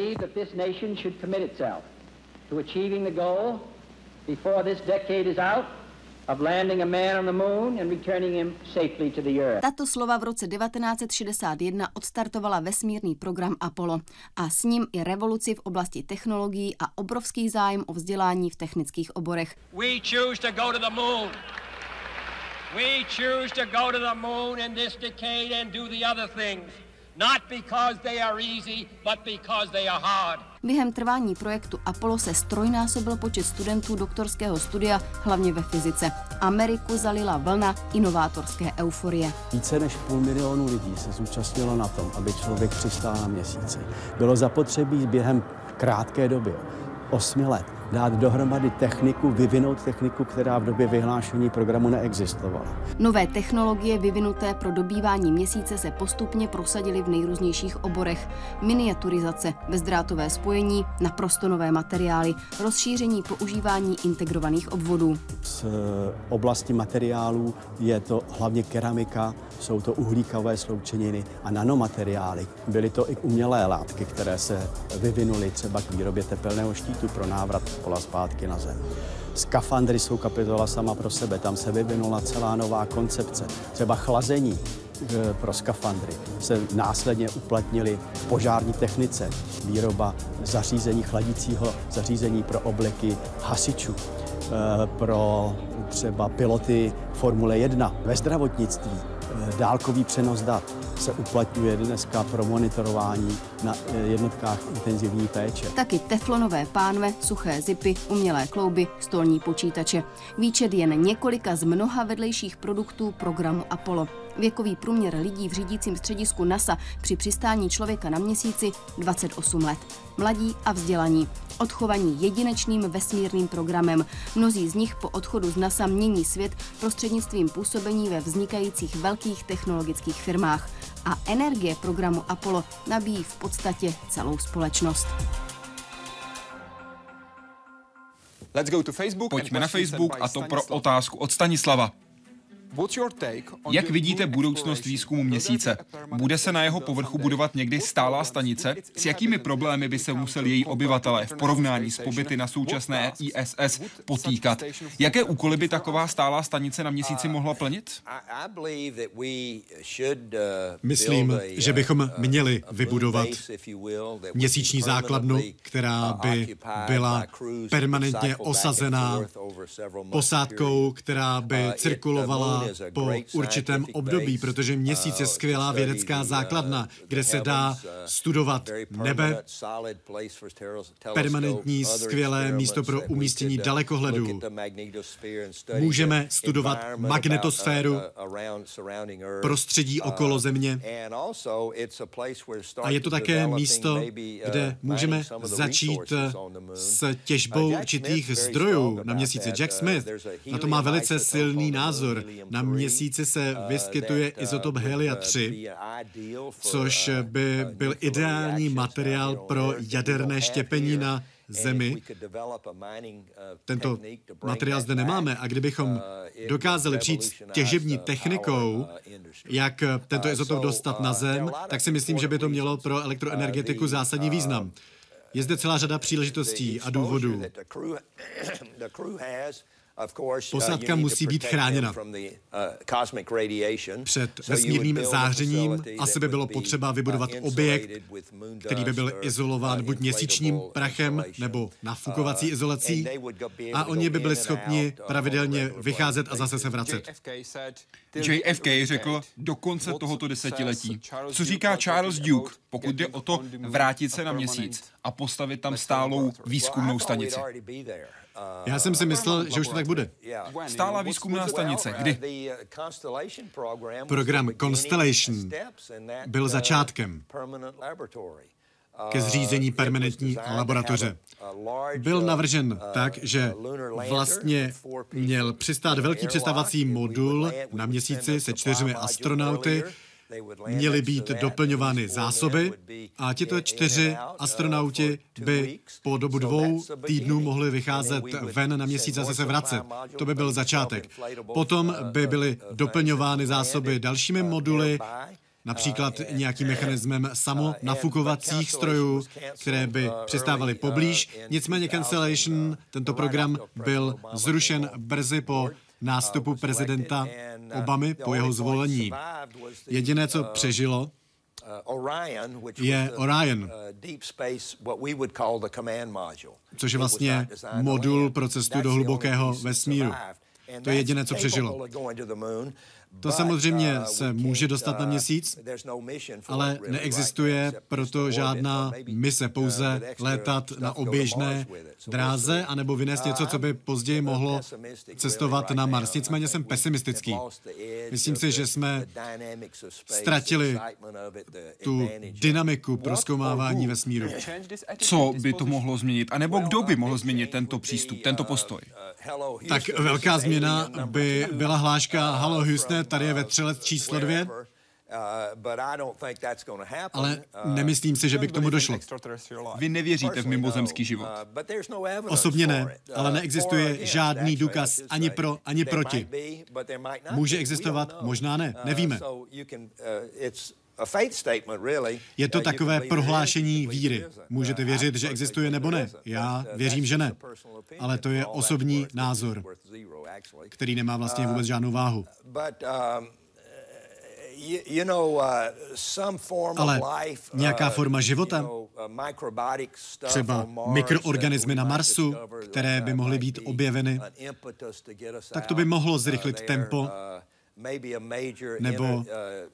S7: Before this decade is out, of landing a man on the moon and returning him safely to the Earth.
S3: Tato slova v roce 1961 odstartovala vesmírný program Apollo a s ním i revoluci v oblasti technologií a obrovský zájem o vzdělání v technických oborech.
S7: We choose to go to the moon. We choose to go to the moon in this decade and do the other things. Not because they are easy, but because they are hard.
S3: Během trvání projektu Apollo se strojnásobil počet studentů doktorského studia, hlavně ve fyzice. Ameriku zalila vlna inovátorské euforie.
S4: Více než 500 000 lidí se zúčastnilo na tom, aby člověk přistál na Měsíci. Bylo zapotřebí během krátké doby 8 let dát dohromady techniku, vyvinout techniku, která v době vyhlášení programu neexistovala.
S3: Nové technologie vyvinuté pro dobývání Měsíce se postupně prosadily v nejrůznějších oborech. Miniaturizace, bezdrátové spojení, naprosto nové materiály, rozšíření používání integrovaných obvodů.
S4: Z oblasti materiálů je to hlavně keramika, jsou to uhlíkové sloučeniny a nanomateriály. Byly to i umělé látky, které se vyvinuly třeba k výrobě tepelného štítu pro návrat kola zpátky na Zem. Skafandry jsou kapitola sama pro sebe, tam se vyvinula celá nová koncepce. Třeba chlazení pro skafandry se následně uplatnily v požární technice. Výroba zařízení, chladicího zařízení pro obleky hasičů, pro třeba piloty Formule 1 ve zdravotnictví. Dálkový přenos dat se uplatňuje dneska pro monitorování na jednotkách intenzivní péče.
S3: Taky teflonové pánve, suché zipy, umělé klouby, stolní počítače. Výčet jen několika z mnoha vedlejších produktů programu Apollo. Věkový průměr lidí v řídícím středisku NASA při přistání člověka na Měsíci 28 let. Mladí a vzdělaní. Odchovaní jedinečným vesmírným programem. Mnozí z nich po odchodu z NASA mění svět prostřednictvím působení ve vznikajících velkých technologických firmách. A energie programu Apollo nabíjí v podstatě celou společnost.
S1: Pojďme na Facebook a to pro otázku od Stanislava. Jak vidíte budoucnost výzkumu Měsíce? Bude se na jeho povrchu budovat někdy stálá stanice? S jakými problémy by se museli její obyvatelé v porovnání s pobyty na současné ISS potýkat? Jaké úkoly by taková stálá stanice na Měsíci mohla plnit?
S2: Myslím, že bychom měli vybudovat měsíční základnu, která by byla permanentně osazená posádkou, která by cirkulovala po určitém období, protože Měsíc je skvělá vědecká základna, kde se dá studovat nebe, permanentní skvělé místo pro umístění dalekohledů. Můžeme studovat magnetosféru, prostředí okolo Země. A je to také místo, kde můžeme začít s těžbou určitých zdrojů na Měsíci. Jack Smith na to má velice silný názor. Na Měsíci se vyskytuje izotop helia-3, což by byl ideální materiál pro jaderné štěpení na Zemi. Tento materiál zde nemáme a kdybychom dokázali přijít s těžební technikou, jak tento izotop dostat na Zem, tak si myslím, že by to mělo pro elektroenergetiku zásadní význam. Je zde celá řada příležitostí a důvodů. Posádka musí být chráněna před vesmírným zářením. Asi by bylo potřeba vybudovat objekt, který by byl izolován buď měsíčním prachem nebo nafukovací izolací a oni by byli schopni pravidelně vycházet a zase se vracet.
S1: JFK řekl do konce tohoto desetiletí. Co říká Charles Duke, pokud jde o to vrátit se na Měsíc? a postavit tam stálou výzkumnou stanici.
S2: Já jsem si myslel, že už to tak bude.
S1: Stálá výzkumná stanice. Kdy?
S2: Program Constellation byl začátkem ke zřízení permanentní laboratoře. Byl navržen tak, že vlastně měl přistát velký přistávací modul na Měsíci se 4 astronauty, měly být doplňovány zásoby a tito 4 astronauti by po dobu 2 týdnů mohli vycházet ven na Měsíc a zase se vracet. To by byl začátek. Potom by byly doplňovány zásoby dalšími moduly, například nějakým mechanismem samonafukovacích strojů, které by přistávaly poblíž. Nicméně Constellation, tento program, byl zrušen brzy po nástupu prezidenta Obamy po jeho zvolení. Jediné, co přežilo, je Orion, což je vlastně modul pro cestu do hlubokého vesmíru. To je jediné, co přežilo. To samozřejmě se může dostat na Měsíc, ale neexistuje proto žádná mise, pouze létat na oběžné dráze anebo vynést něco, co by později mohlo cestovat na Mars. Nicméně jsem pesimistický. Myslím si, že jsme ztratili tu dynamiku prozkoumávání vesmíru.
S1: Co by to mohlo změnit? A nebo kdo by mohl změnit tento přístup, tento postoj?
S2: Tak velká změna by byla hláška Hallo Houstone, tady je vetřelec číslo 2, ale nemyslím si, že by k tomu došlo.
S1: Vy nevěříte v mimozemský život?
S2: Osobně ne, ale neexistuje žádný důkaz ani pro, ani proti. Může existovat, možná ne, nevíme. Je to takové prohlášení víry. Můžete věřit, že existuje nebo ne. Já věřím, že ne. Ale to je osobní názor, který nemá vlastně vůbec žádnou váhu. Ale nějaká forma života, třeba mikroorganismy na Marsu, které by mohly být objeveny, tak to by mohlo zrychlit tempo, nebo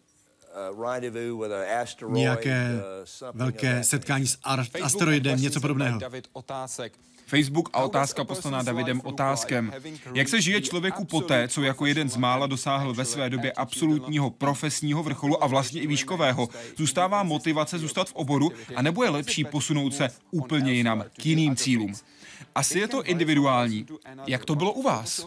S2: nějaké velké setkání s asteroidem, něco podobného.
S1: Facebook a otázka poslaná Davidem Otázkem. Jak se žije člověku poté, co jako jeden z mála dosáhl ve své době absolutního profesního vrcholu a vlastně i výškového? Zůstává motivace zůstat v oboru, anebo je lepší posunout se úplně jinam, k jiným cílům? Asi je to individuální. Jak to bylo u vás?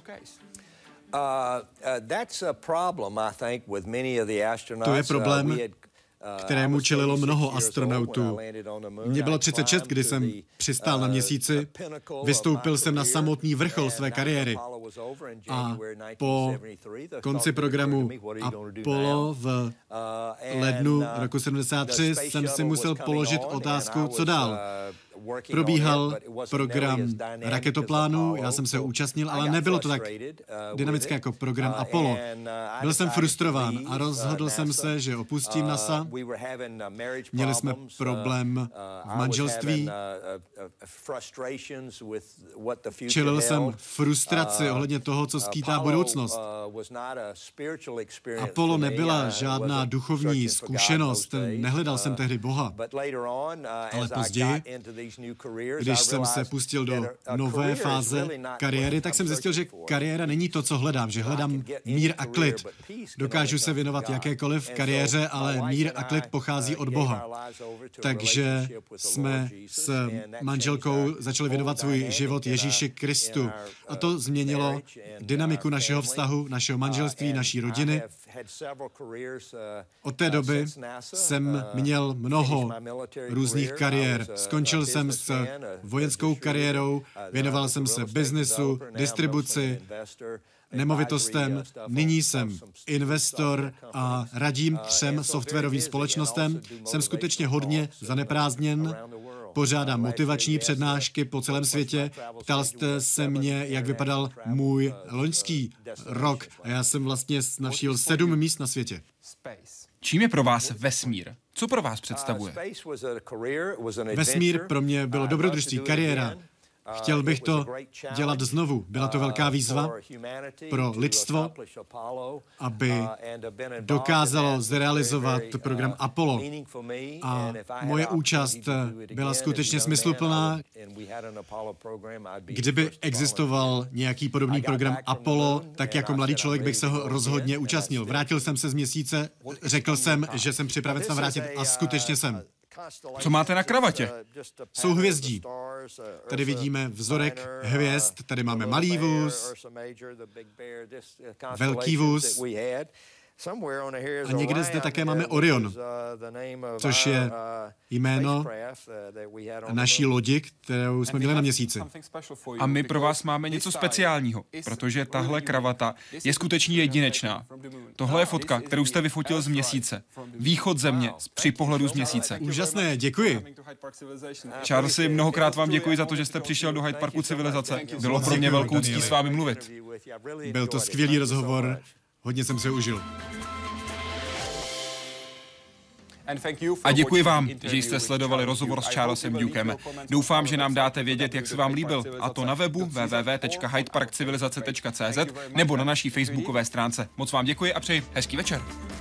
S2: To je problém, kterému čelilo mnoho astronautů. Mně bylo 36, kdy jsem přistál na Měsíci, vystoupil jsem na samotný vrchol své kariéry a po konci programu Apollo v lednu roku 73 jsem si musel položit otázku, co dál. Probíhal program raketoplánu, já jsem se ho účastnil, ale nebylo to tak dynamické jako program Apollo. Byl jsem frustrován a rozhodl jsem se, že opustím NASA. Měli jsme problém v manželství. Čelil jsem frustraci ohledně toho, co skýtá budoucnost. Apollo nebyla žádná duchovní zkušenost, nehledal jsem tehdy Boha. Ale později, když jsem se pustil do nové fáze kariéry, tak jsem zjistil, že kariéra není to, co hledám, že hledám mír a klid. Dokážu se věnovat jakékoliv kariéře, ale mír a klid pochází od Boha. Takže jsme s manželkou začali věnovat svůj život Ježíši Kristu. A to změnilo dynamiku našeho vztahu, našeho manželství, naší rodiny. Od té doby jsem měl mnoho různých kariér. Skončil jsem s vojenskou kariérou, věnoval jsem se biznesu, distribuci, nemovitostem. Nyní jsem investor a radím 3 softwarovým společnostem. Jsem skutečně hodně zaneprázdněn. Pořádám motivační přednášky po celém světě. Ptal jste se mě, jak vypadal můj loňský rok. A já jsem vlastně navštívil 7 míst na světě.
S1: Čím je pro vás vesmír? Co pro vás představuje?
S2: Vesmír pro mě bylo dobrodružství, kariéra. Chtěl bych to dělat znovu. Byla to velká výzva pro lidstvo, aby dokázalo zrealizovat program Apollo. A moje účast byla skutečně smysluplná. Kdyby existoval nějaký podobný program Apollo, tak jako mladý člověk bych se ho rozhodně účastnil. Vrátil jsem se z Měsíce, řekl jsem, že jsem připraven se tam vrátit a skutečně jsem.
S1: Co máte na kravatě?
S2: Jsou hvězdí. Tady vidíme vzorek hvězd, tady máme malý vůz, velký vůz a někde zde také máme Orion, což je jméno naší lodi, kterou jsme měli na Měsíci.
S1: A my pro vás máme něco speciálního, protože tahle kravata je skutečně jedinečná. Tohle je fotka, kterou jste vyfotil z Měsíce. Východ Země při pohledu z Měsíce.
S2: Úžasné, děkuji.
S1: Charlesi, mnohokrát vám děkuji za to, že jste přišel do Hyde Parku civilizace. Bylo pro mě velkou ctí s vámi mluvit.
S2: Byl to skvělý rozhovor, hodně jsem se užil.
S1: A děkuji vám, že jste sledovali rozhovor s Charlesem Dukem. Doufám, že nám dáte vědět, jak se vám líbil, a to na webu www.hydeparkcivilizace.cz nebo na naší facebookové stránce. Moc vám děkuji a přeji hezký večer.